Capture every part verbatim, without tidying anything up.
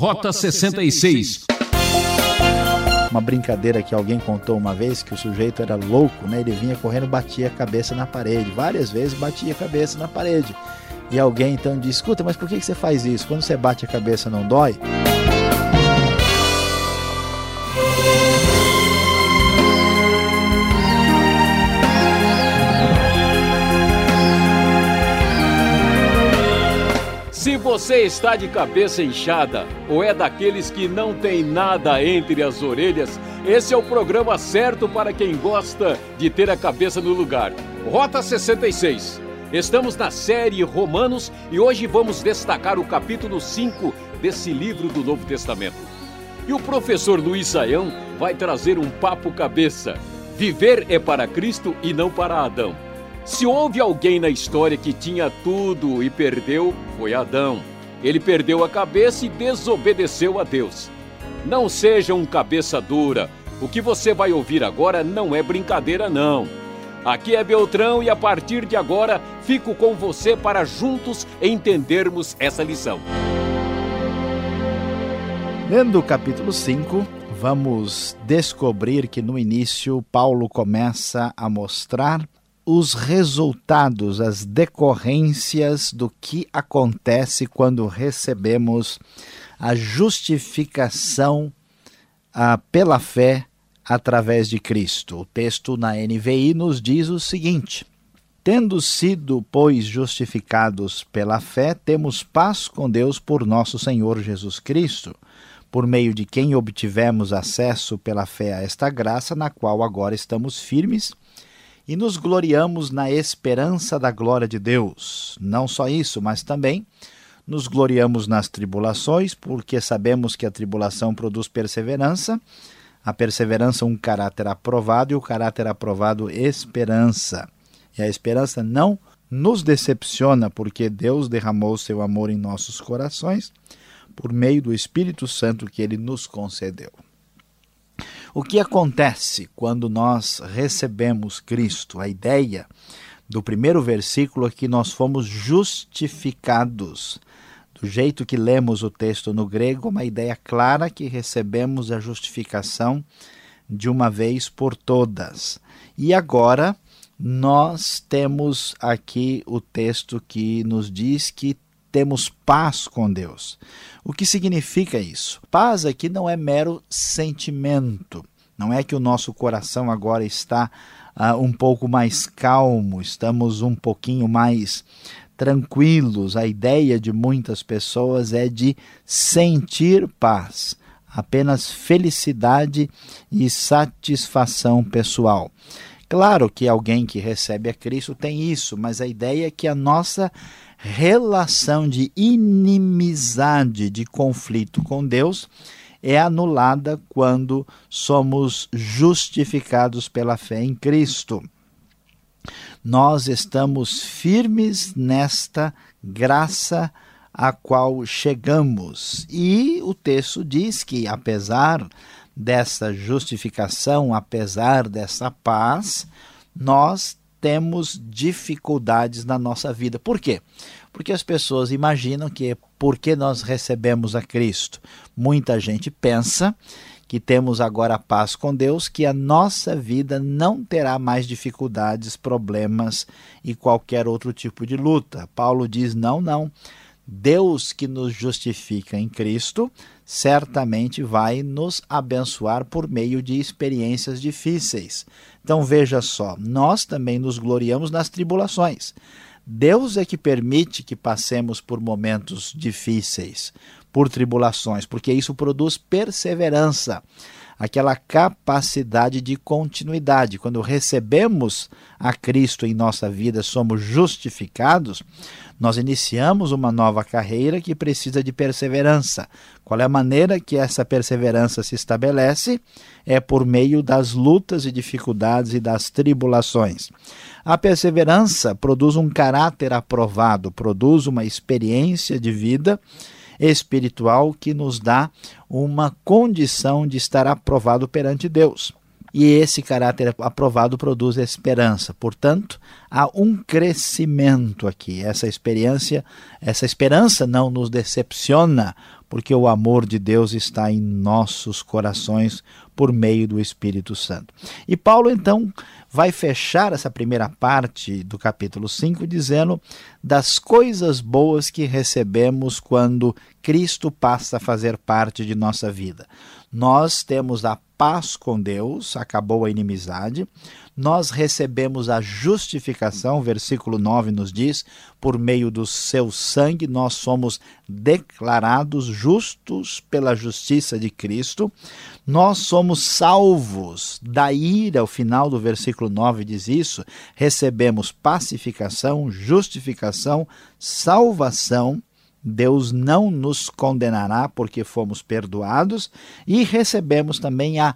Rota sessenta e seis. Uma brincadeira que alguém contou uma vez, que o sujeito era louco, né? Ele vinha correndo, batia a cabeça na parede. Várias vezes batia a cabeça na parede. E alguém então disse: escuta, mas por que você faz isso? Quando você bate a cabeça não dói? Se você está de cabeça inchada ou é daqueles que não tem nada entre as orelhas, esse é o programa certo para quem gosta de ter a cabeça no lugar. Rota sessenta e seis. Estamos na série Romanos e hoje vamos destacar o capítulo cinco desse livro do Novo Testamento. E o professor Luiz Saião vai trazer um papo cabeça. Viver é para Cristo e não para Adão. Se houve alguém na história que tinha tudo e perdeu, foi Adão. Ele perdeu a cabeça e desobedeceu a Deus. Não seja um cabeça dura. O que você vai ouvir agora não é brincadeira, não. Aqui é Beltrão e a partir de agora fico com você para juntos entendermos essa lição. Lendo o capítulo cinco, vamos descobrir que no início Paulo começa a mostrar os resultados, as decorrências do que acontece quando recebemos a justificação ah, pela fé através de Cristo. O texto na N V I nos diz o seguinte: tendo sido, pois, justificados pela fé, temos paz com Deus por nosso Senhor Jesus Cristo, por meio de quem obtivemos acesso pela fé a esta graça, na qual agora estamos firmes, e nos gloriamos na esperança da glória de Deus. Não só isso, mas também nos gloriamos nas tribulações, porque sabemos que a tribulação produz perseverança, a perseverança um caráter aprovado, e o caráter aprovado esperança. E a esperança não nos decepciona, porque Deus derramou seu amor em nossos corações por meio do Espírito Santo que Ele nos concedeu. O que acontece quando nós recebemos Cristo? A ideia do primeiro versículo é que nós fomos justificados. Do jeito que lemos o texto no grego, uma ideia clara que recebemos a justificação de uma vez por todas. E agora nós temos aqui o texto que nos diz que temos paz com Deus. O que significa isso? Paz aqui não é mero sentimento. Não é que o nosso coração agora está uh, um pouco mais calmo, estamos um pouquinho mais tranquilos. A ideia de muitas pessoas é de sentir paz, apenas felicidade e satisfação pessoal. Claro que alguém que recebe a Cristo tem isso, mas a ideia é que a nossa relação de inimizade, de conflito com Deus, é anulada quando somos justificados pela fé em Cristo. Nós estamos firmes nesta graça a qual chegamos. E o texto diz que, apesar dessa justificação, apesar dessa paz, nós temos dificuldades na nossa vida. Por quê? Porque as pessoas imaginam que porque nós recebemos a Cristo, muita gente pensa que temos agora a paz com Deus, que a nossa vida não terá mais dificuldades, problemas e qualquer outro tipo de luta. Paulo diz, não, não. Deus que nos justifica em Cristo certamente vai nos abençoar por meio de experiências difíceis. Então veja só, nós também nos gloriamos nas tribulações. Deus é que permite que passemos por momentos difíceis, por tribulações, porque isso produz perseverança, aquela capacidade de continuidade. Quando recebemos a Cristo em nossa vida, somos justificados, nós iniciamos uma nova carreira que precisa de perseverança. Qual é a maneira que essa perseverança se estabelece? É por meio das lutas e dificuldades e das tribulações. A perseverança produz um caráter aprovado, produz uma experiência de vida espiritual que nos dá uma condição de estar aprovado perante Deus. E esse caráter aprovado produz esperança. Portanto, há um crescimento aqui. Essa experiência, essa esperança não nos decepciona, porque o amor de Deus está em nossos corações por meio do Espírito Santo. E Paulo, então, vai fechar essa primeira parte do capítulo cinco dizendo das coisas boas que recebemos quando Cristo passa a fazer parte de nossa vida. Nós temos a paz com Deus, acabou a inimizade. Nós recebemos a justificação, versículo nove nos diz, por meio do seu sangue nós somos declarados justos pela justiça de Cristo. Nós somos salvos da ira, o final do versículo nove diz isso, recebemos pacificação, justificação, salvação. Deus não nos condenará porque fomos perdoados e recebemos também a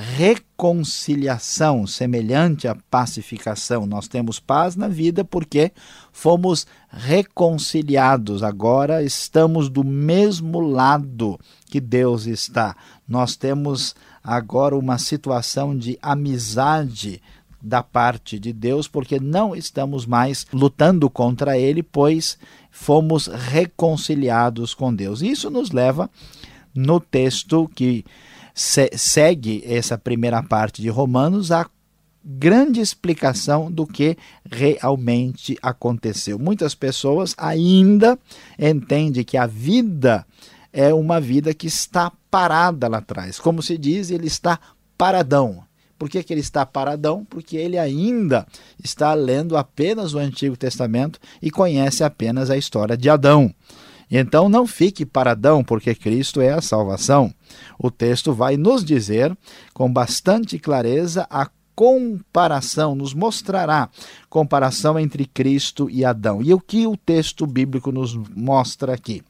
reconciliação, semelhante à pacificação. Nós temos paz na vida porque fomos reconciliados. Agora estamos do mesmo lado que Deus está. Nós temos agora uma situação de amizade da parte de Deus, porque não estamos mais lutando contra Ele, pois fomos reconciliados com Deus. Isso nos leva no texto que se segue essa primeira parte de Romanos à grande explicação do que realmente aconteceu. Muitas pessoas ainda entendem que a vida é uma vida que está parada lá atrás. Como se diz, ele está paradão. Por que que ele está paradão? Porque ele ainda está lendo apenas o Antigo Testamento e conhece apenas a história de Adão. Então não fique paradão, porque Cristo é a salvação. O texto vai nos dizer com bastante clareza a comparação, nos mostrará comparação entre Cristo e Adão. E o que o texto bíblico nos mostra aqui?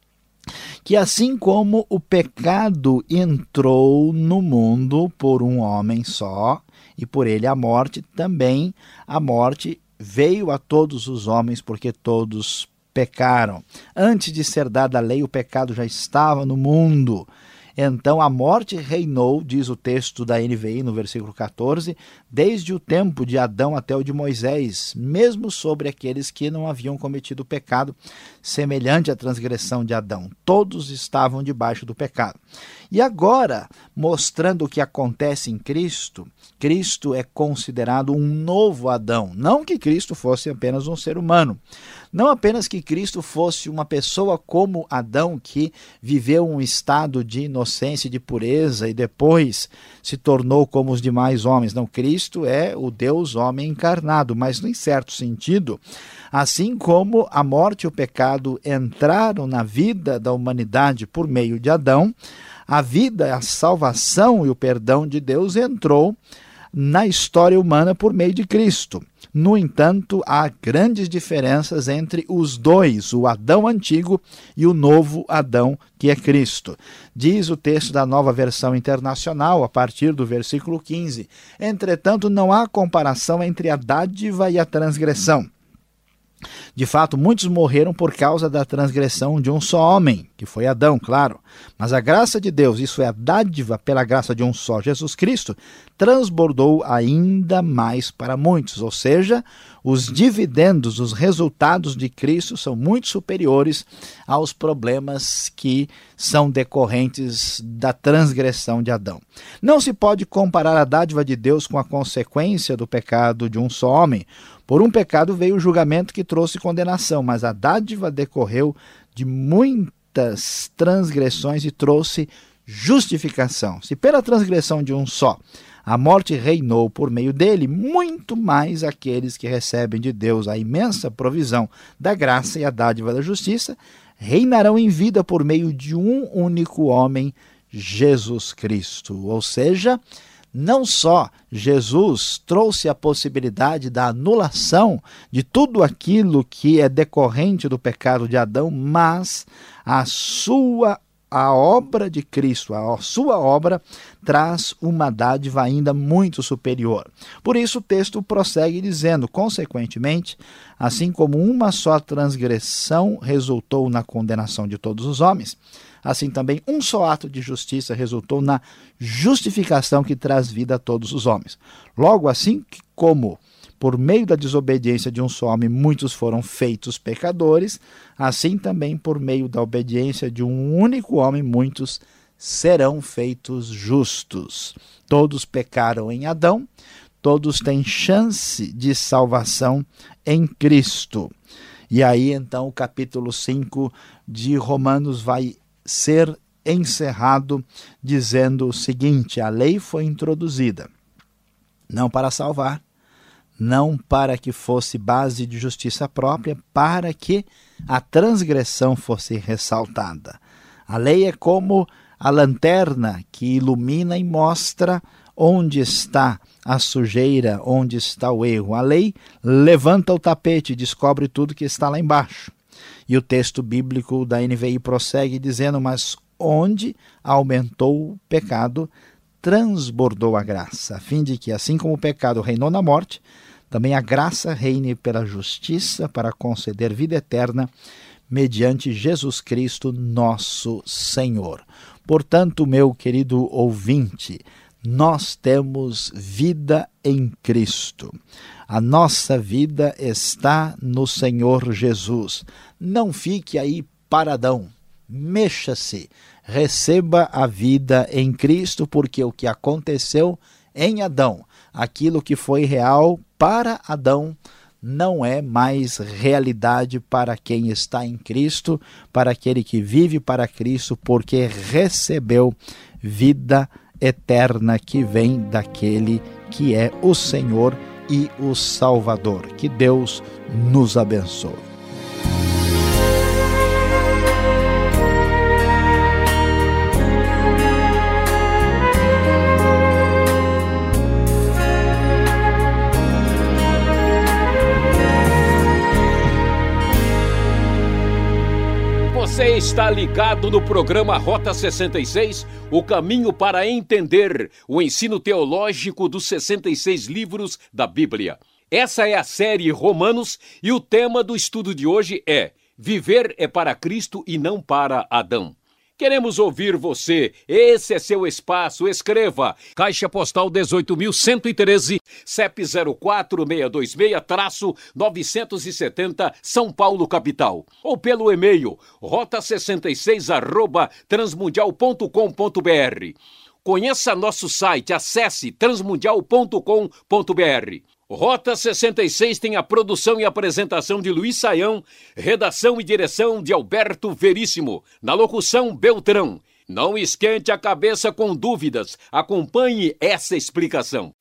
Que assim como o pecado entrou no mundo por um homem só, e por ele a morte, também a morte veio a todos os homens, porque todos pecaram. Antes de ser dada a lei, o pecado já estava no mundo. Então a morte reinou, diz o texto da N V I no versículo quatorze, desde o tempo de Adão até o de Moisés, mesmo sobre aqueles que não haviam cometido pecado, semelhante à transgressão de Adão. Todos estavam debaixo do pecado. E agora, mostrando o que acontece em Cristo, Cristo é considerado um novo Adão. Não que Cristo fosse apenas um ser humano. Não apenas que Cristo fosse uma pessoa como Adão, que viveu um estado de inocência e de pureza e depois se tornou como os demais homens. Não, Cristo é o Deus homem encarnado, mas em certo sentido, assim como a morte e o pecado entraram na vida da humanidade por meio de Adão, a vida, a salvação e o perdão de Deus entrou na história humana por meio de Cristo. No entanto, há grandes diferenças entre os dois, o Adão antigo e o novo Adão, que é Cristo. Diz o texto da Nova Versão Internacional, a partir do versículo quinze, entretanto, não há comparação entre a dádiva e a transgressão. De fato, muitos morreram por causa da transgressão de um só homem, que foi Adão, claro. Mas a graça de Deus, isso é a dádiva pela graça de um só, Jesus Cristo, transbordou ainda mais para muitos. Ou seja, os dividendos, os resultados de Cristo são muito superiores aos problemas que são decorrentes da transgressão de Adão. Não se pode comparar a dádiva de Deus com a consequência do pecado de um só homem. Por um pecado veio o julgamento que trouxe condenação, mas a dádiva decorreu de muitas transgressões e trouxe justificação. Se pela transgressão de um só a morte reinou por meio dele, muito mais aqueles que recebem de Deus a imensa provisão da graça e a dádiva da justiça reinarão em vida por meio de um único homem, Jesus Cristo. Ou seja, não só Jesus trouxe a possibilidade da anulação de tudo aquilo que é decorrente do pecado de Adão, mas a sua a obra de Cristo, a sua obra, traz uma dádiva ainda muito superior. Por isso o texto prossegue dizendo, consequentemente, assim como uma só transgressão resultou na condenação de todos os homens, assim também um só ato de justiça resultou na justificação que traz vida a todos os homens. Logo, assim como por meio da desobediência de um só homem, muitos foram feitos pecadores, assim também por meio da obediência de um único homem, muitos serão feitos justos. Todos pecaram em Adão, todos têm chance de salvação em Cristo. E aí então o capítulo cinco de Romanos vai ser encerrado dizendo o seguinte: a lei foi introduzida não para salvar, não para que fosse base de justiça própria, para que a transgressão fosse ressaltada. A lei é como a lanterna que ilumina e mostra onde está a sujeira, onde está o erro. A lei levanta o tapete e descobre tudo que está lá embaixo. E o texto bíblico da N V I prossegue dizendo: mas onde aumentou o pecado, transbordou a graça, a fim de que, assim como o pecado reinou na morte, também a graça reine pela justiça para conceder vida eterna mediante Jesus Cristo, nosso Senhor. Portanto, meu querido ouvinte, nós temos vida em Cristo. A nossa vida está no Senhor Jesus. Não fique aí paradão. Mexa-se, receba a vida em Cristo, porque o que aconteceu em Adão, aquilo que foi real para Adão, não é mais realidade para quem está em Cristo, para aquele que vive para Cristo, porque recebeu vida eterna que vem daquele que é o Senhor e o Salvador. Que Deus nos abençoe. Você está ligado no programa Rota sessenta e seis, o caminho para entender o ensino teológico dos sessenta e seis livros da Bíblia. Essa é a série Romanos e o tema do estudo de hoje é Viver é para Cristo e não para Adão. Queremos ouvir você. Esse é seu espaço. Escreva. Caixa Postal dezoito mil cento e treze, C E P zero quatro seis dois seis, novecentos e setenta, São Paulo, capital. Ou pelo e-mail rota sessenta e seis arroba transmundial ponto com ponto br. Conheça nosso site. Acesse transmundial ponto com ponto br. Rota sessenta e seis tem a produção e apresentação de Luiz Saião, redação e direção de Alberto Veríssimo, na locução Beltrão. Não esquente a cabeça com dúvidas, acompanhe essa explicação.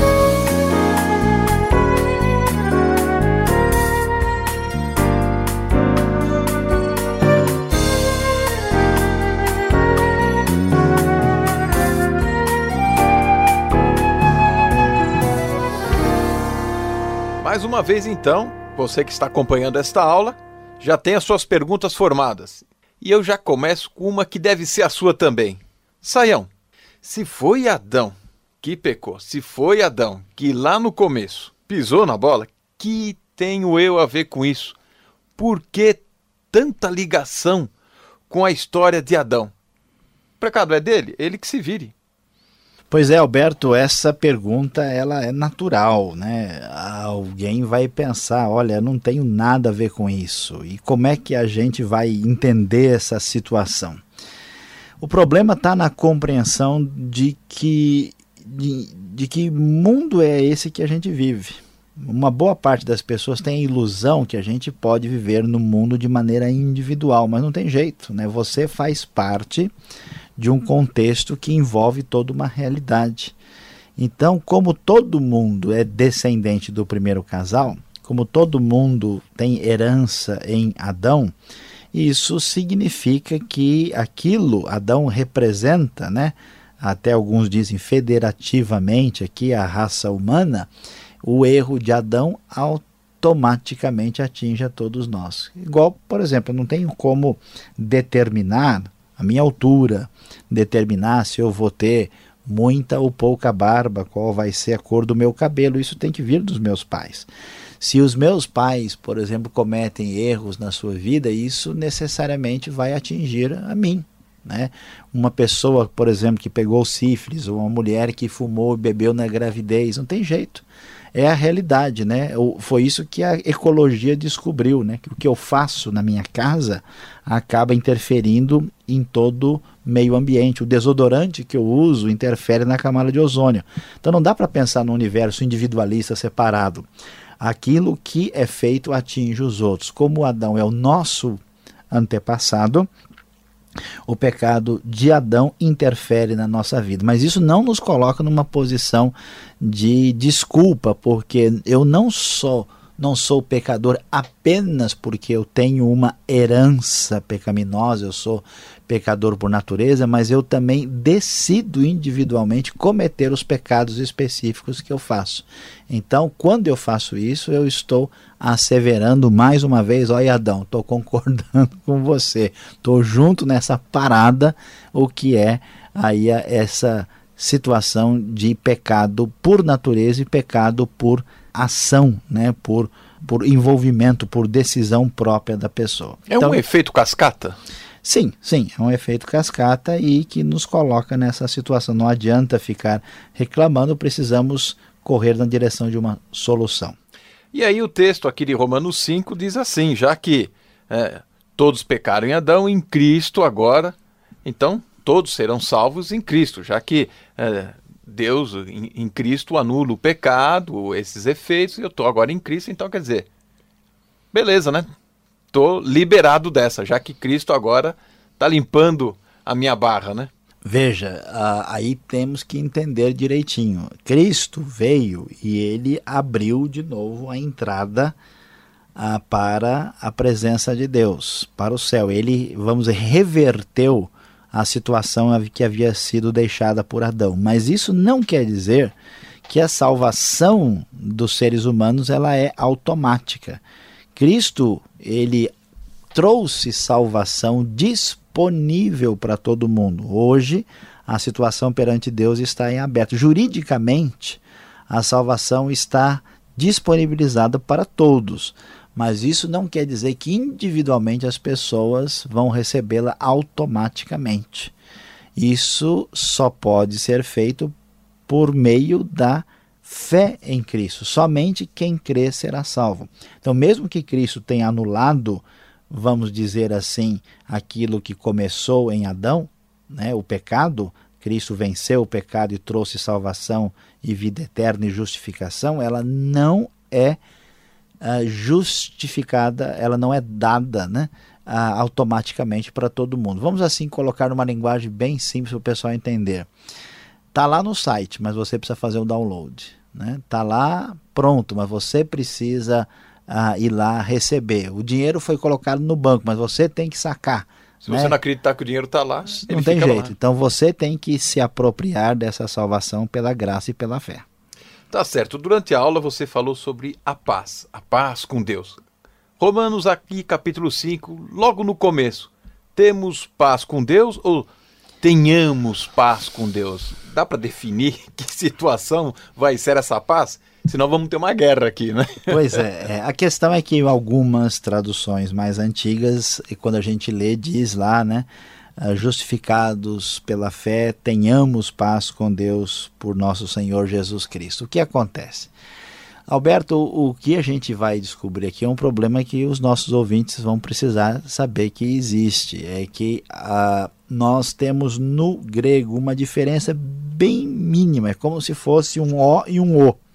Mais uma vez, então, você que está acompanhando esta aula, já tem as suas perguntas formadas. E eu já começo com uma que deve ser a sua também. Saião, se foi Adão que pecou, se foi Adão que lá no começo pisou na bola, que tenho eu a ver com isso? Por que tanta ligação com a história de Adão? O pecado é dele? Ele que se vire. Pois é, Alberto, essa pergunta ela é natural, né? Alguém vai pensar, olha, eu não tenho nada a ver com isso. E como é que a gente vai entender essa situação? O problema está na compreensão de que, de, de que mundo é esse que a gente vive. Uma boa parte das pessoas tem a ilusão que a gente pode viver no mundo de maneira individual, mas não tem jeito, né? Você faz parte de um contexto que envolve toda uma realidade. Então, como todo mundo é descendente do primeiro casal, como todo mundo tem herança em Adão, isso significa que aquilo Adão representa, né? Até alguns dizem federativamente aqui a raça humana, o erro de Adão automaticamente atinge a todos nós. Igual, por exemplo, eu não tenho como determinar a minha altura, determinar se eu vou ter muita ou pouca barba, qual vai ser a cor do meu cabelo. Isso tem que vir dos meus pais. Se os meus pais, por exemplo, cometem erros na sua vida, isso necessariamente vai atingir a mim. né? Uma pessoa, por exemplo, que pegou sífilis, ou uma mulher que fumou e bebeu na gravidez, não tem jeito. É a realidade, né? Foi isso que a ecologia descobriu, né? Que o que eu faço na minha casa acaba interferindo em todo o meio ambiente. O desodorante que eu uso interfere na camada de ozônio. Então não dá para pensar num universo individualista separado. Aquilo que é feito atinge os outros. Como Adão é o nosso antepassado, o pecado de Adão interfere na nossa vida, mas isso não nos coloca numa posição de desculpa, porque eu não sou, não sou pecador apenas porque eu tenho uma herança pecaminosa, eu sou pecador por natureza, mas eu também decido individualmente cometer os pecados específicos que eu faço. Então, quando eu faço isso, eu estou asseverando mais uma vez, olha Adão, estou concordando com você, estou junto nessa parada, o que é aí essa situação de pecado por natureza e pecado por ação, né? por, por envolvimento, por decisão própria da pessoa. É então, um efeito cascata? Sim, sim, é um efeito cascata e que nos coloca nessa situação. Não adianta ficar reclamando, precisamos correr na direção de uma solução. E aí o texto aqui de Romanos cinco diz assim, já que é, todos pecaram em Adão, em Cristo agora, então todos serão salvos em Cristo, já que é, Deus em, em Cristo anula o pecado, esses efeitos, e eu estou agora em Cristo, então quer dizer, beleza, né? Estou liberado dessa, já que Cristo agora está limpando a minha barra, né? Veja, uh, aí temos que entender direitinho. Cristo veio e ele abriu de novo a entrada uh, para a presença de Deus, para o céu. Ele, vamos dizer, reverteu a situação que havia sido deixada por Adão. Mas isso não quer dizer que a salvação dos seres humanos ela é automática. Cristo, ele trouxe salvação disponível para todo mundo. Hoje, a situação perante Deus está em aberto. Juridicamente, a salvação está disponibilizada para todos. Mas isso não quer dizer que individualmente as pessoas vão recebê-la automaticamente. Isso só pode ser feito por meio da fé em Cristo. Somente quem crê será salvo. Então, mesmo que Cristo tenha anulado, vamos dizer assim, aquilo que começou em Adão, né, o pecado, Cristo venceu o pecado e trouxe salvação e vida eterna e justificação, ela não é uh, justificada, ela não é dada, né, uh, automaticamente para todo mundo. Vamos assim colocar numa linguagem bem simples para o pessoal entender. Está lá no site, mas você precisa fazer o download. Está, né? lá pronto, mas você precisa uh, ir lá receber. O dinheiro foi colocado no banco, mas você tem que sacar. Se né? você não acreditar que o dinheiro está lá, ele não tem fica jeito. lá. Então você tem que se apropriar dessa salvação pela graça e pela fé. Tá certo. Durante a aula você falou sobre a paz, a paz com Deus. Romanos aqui, capítulo cinco, logo no começo. Temos paz com Deus ou tenhamos paz com Deus? Dá para definir que situação vai ser essa paz? Senão vamos ter uma guerra aqui, né? Pois é, é, a questão é que algumas traduções mais antigas, quando a gente lê, diz lá, né? Justificados pela fé, tenhamos paz com Deus por nosso Senhor Jesus Cristo. O que acontece? Alberto, o que a gente vai descobrir aqui é um problema que os nossos ouvintes vão precisar saber que existe. É que a, nós temos no grego uma diferença bem mínima, é como se fosse um O e um O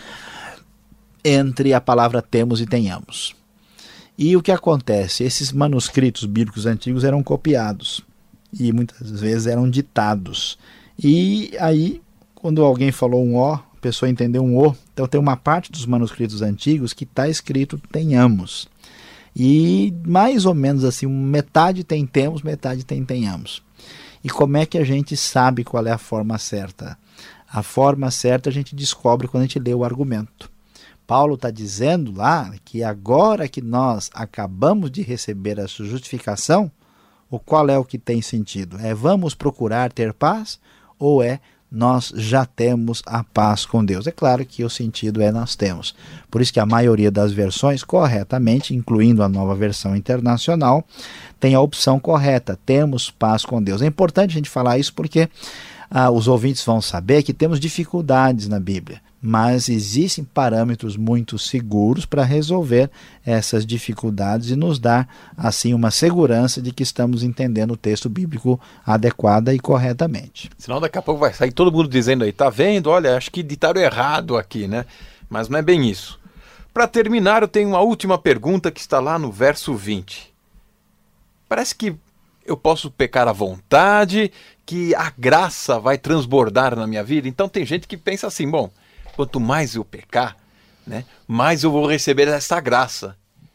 entre a palavra temos e tenhamos. E o que acontece? Esses manuscritos bíblicos antigos eram copiados e muitas vezes eram ditados. E aí, quando alguém falou um O, a pessoa entendeu um O, então tem uma parte dos manuscritos antigos que está escrito tenhamos. E mais ou menos assim, metade tem temos, metade tem tenhamos. E como é que a gente sabe qual é a forma certa? A forma certa a gente descobre quando a gente lê o argumento. Paulo está dizendo lá que agora que nós acabamos de receber a sua justificação, o qual é o que tem sentido? É vamos procurar ter paz ou é nós já temos a paz com Deus. É claro que o sentido é nós temos. Por isso que a maioria das versões, corretamente, incluindo a Nova Versão Internacional, tem a opção correta, temos paz com Deus. É importante a gente falar isso porque ah, os ouvintes vão saber que temos dificuldades na Bíblia, mas existem parâmetros muito seguros para resolver essas dificuldades e nos dar, assim, uma segurança de que estamos entendendo o texto bíblico adequada e corretamente. Senão daqui a pouco vai sair todo mundo dizendo aí, tá vendo? Olha, acho que ditaram errado aqui, né? Mas não é bem isso. Para terminar, eu tenho uma última pergunta que está lá no verso vinte. Parece que eu posso pecar à vontade, que a graça vai transbordar na minha vida. Então tem gente que pensa assim, bom, quanto mais eu pecar, né, mais eu vou receber essa graça.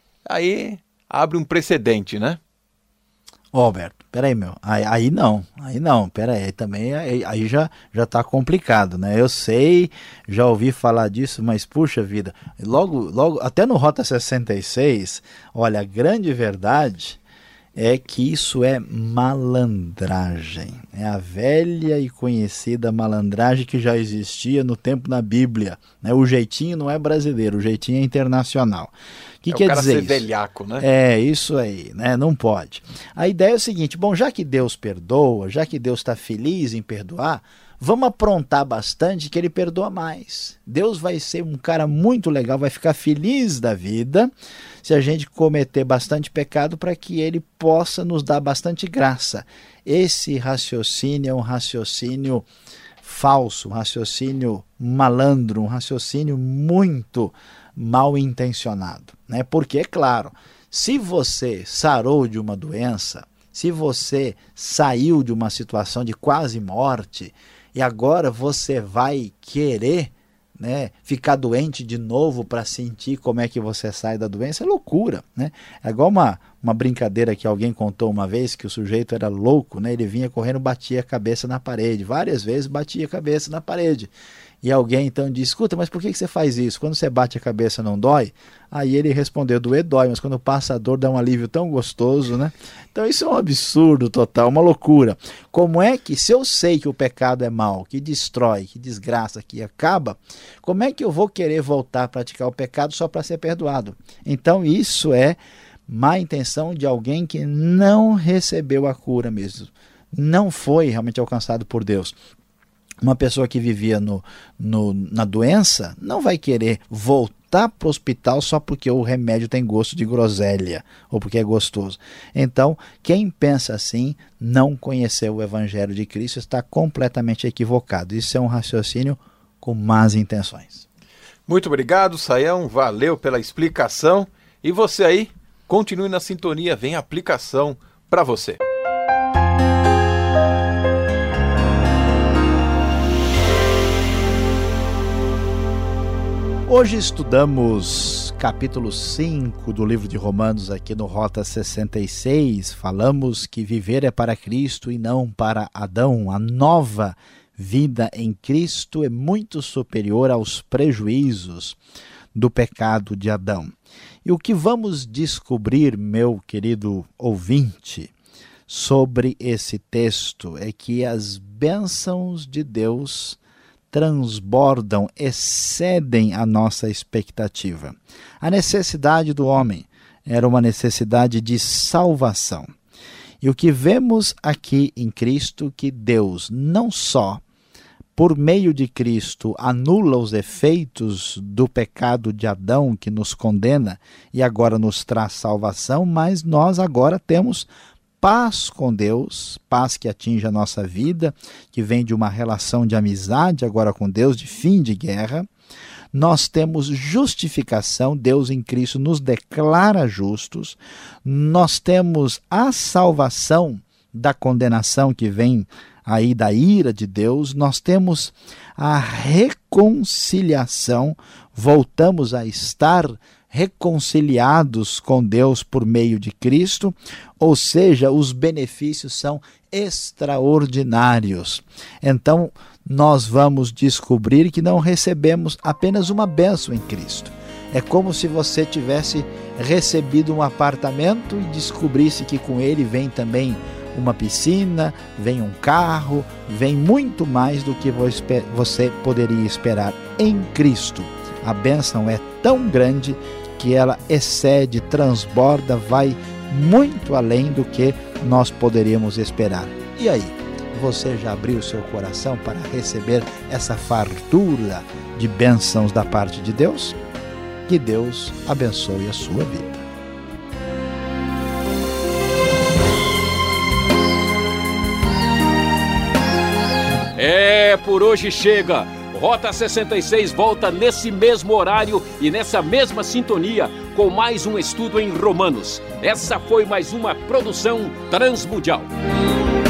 Aí abre um precedente, né? Ô, Alberto, peraí, meu, aí, aí não, aí não, peraí, também aí, aí já já tá complicado, né? Eu sei, já ouvi falar disso, mas puxa vida, logo, logo, até no Rota sessenta e seis, olha, a grande verdade é que isso é malandragem. É a velha e conhecida malandragem que já existia no tempo na Bíblia. Né? O jeitinho não é brasileiro, o jeitinho é internacional. O que é quer o cara dizer ser isso? velhaco, né? É, isso aí, né? Não pode. A ideia é o seguinte, bom, já que Deus perdoa, já que Deus está feliz em perdoar, vamos aprontar bastante que ele perdoa mais. Deus vai ser um cara muito legal, vai ficar feliz da vida se a gente cometer bastante pecado para que ele possa nos dar bastante graça. Esse raciocínio é um raciocínio falso, um raciocínio malandro, um raciocínio muito mal intencionado. Né? Porque, é claro, se você sarou de uma doença, se você saiu de uma situação de quase morte, e agora você vai querer, né, ficar doente de novo para sentir como é que você sai da doença, é loucura. Né? É igual uma, uma brincadeira que alguém contou uma vez, que o sujeito era louco, né? Ele vinha correndo, batia a cabeça na parede, várias vezes batia a cabeça na parede. E alguém então disse, escuta, mas por que você faz isso? Quando você bate a cabeça não dói? Aí ele respondeu, doer dói, mas quando passa a dor dá um alívio tão gostoso, né? Então isso é um absurdo total, uma loucura. Como é que, se eu sei que o pecado é mal, que destrói, que desgraça, que acaba, como é que eu vou querer voltar a praticar o pecado só para ser perdoado? Então isso é má intenção de alguém que não recebeu a cura mesmo, não foi realmente alcançado por Deus. Uma pessoa que vivia no, no, na doença não vai querer voltar para o hospital só porque o remédio tem gosto de groselha ou porque é gostoso. Então, quem pensa assim não conheceu o Evangelho de Cristo, está completamente equivocado. Isso é um raciocínio com más intenções. Muito obrigado, Saião. Valeu pela explicação. E você aí, continue na sintonia, vem a aplicação para você. Hoje estudamos capítulo cinco do livro de Romanos aqui no Rota sessenta e seis. Falamos que viver é para Cristo e não para Adão. A nova vida em Cristo é muito superior aos prejuízos do pecado de Adão. E o que vamos descobrir, meu querido ouvinte, sobre esse texto é que as bênçãos de Deus transbordam, excedem a nossa expectativa. A necessidade do homem era uma necessidade de salvação. E o que vemos aqui em Cristo, que Deus não só, por meio de Cristo, anula os efeitos do pecado de Adão que nos condena e agora nos traz salvação, mas nós agora temos paz com Deus, paz que atinge a nossa vida, que vem de uma relação de amizade agora com Deus, de fim de guerra. Nós temos justificação, Deus em Cristo nos declara justos. Nós temos a salvação da condenação que vem aí da ira de Deus. Nós temos a reconciliação, voltamos a estar reconciliados com Deus por meio de Cristo, ou seja, os benefícios são extraordinários. Então, nós vamos descobrir que não recebemos apenas uma bênção em Cristo. É como se você tivesse recebido um apartamento e descobrisse que com ele vem também uma piscina, vem um carro, vem muito mais do que você poderia esperar em Cristo. A bênção é tão grande que ela excede, transborda, vai muito além do que nós poderíamos esperar. E aí, você já abriu seu coração para receber essa fartura de bênçãos da parte de Deus? Que Deus abençoe a sua vida. É, por hoje chega. Rota sessenta e seis volta nesse mesmo horário e nessa mesma sintonia com mais um estudo em Romanos. Essa foi mais uma produção Transmundial.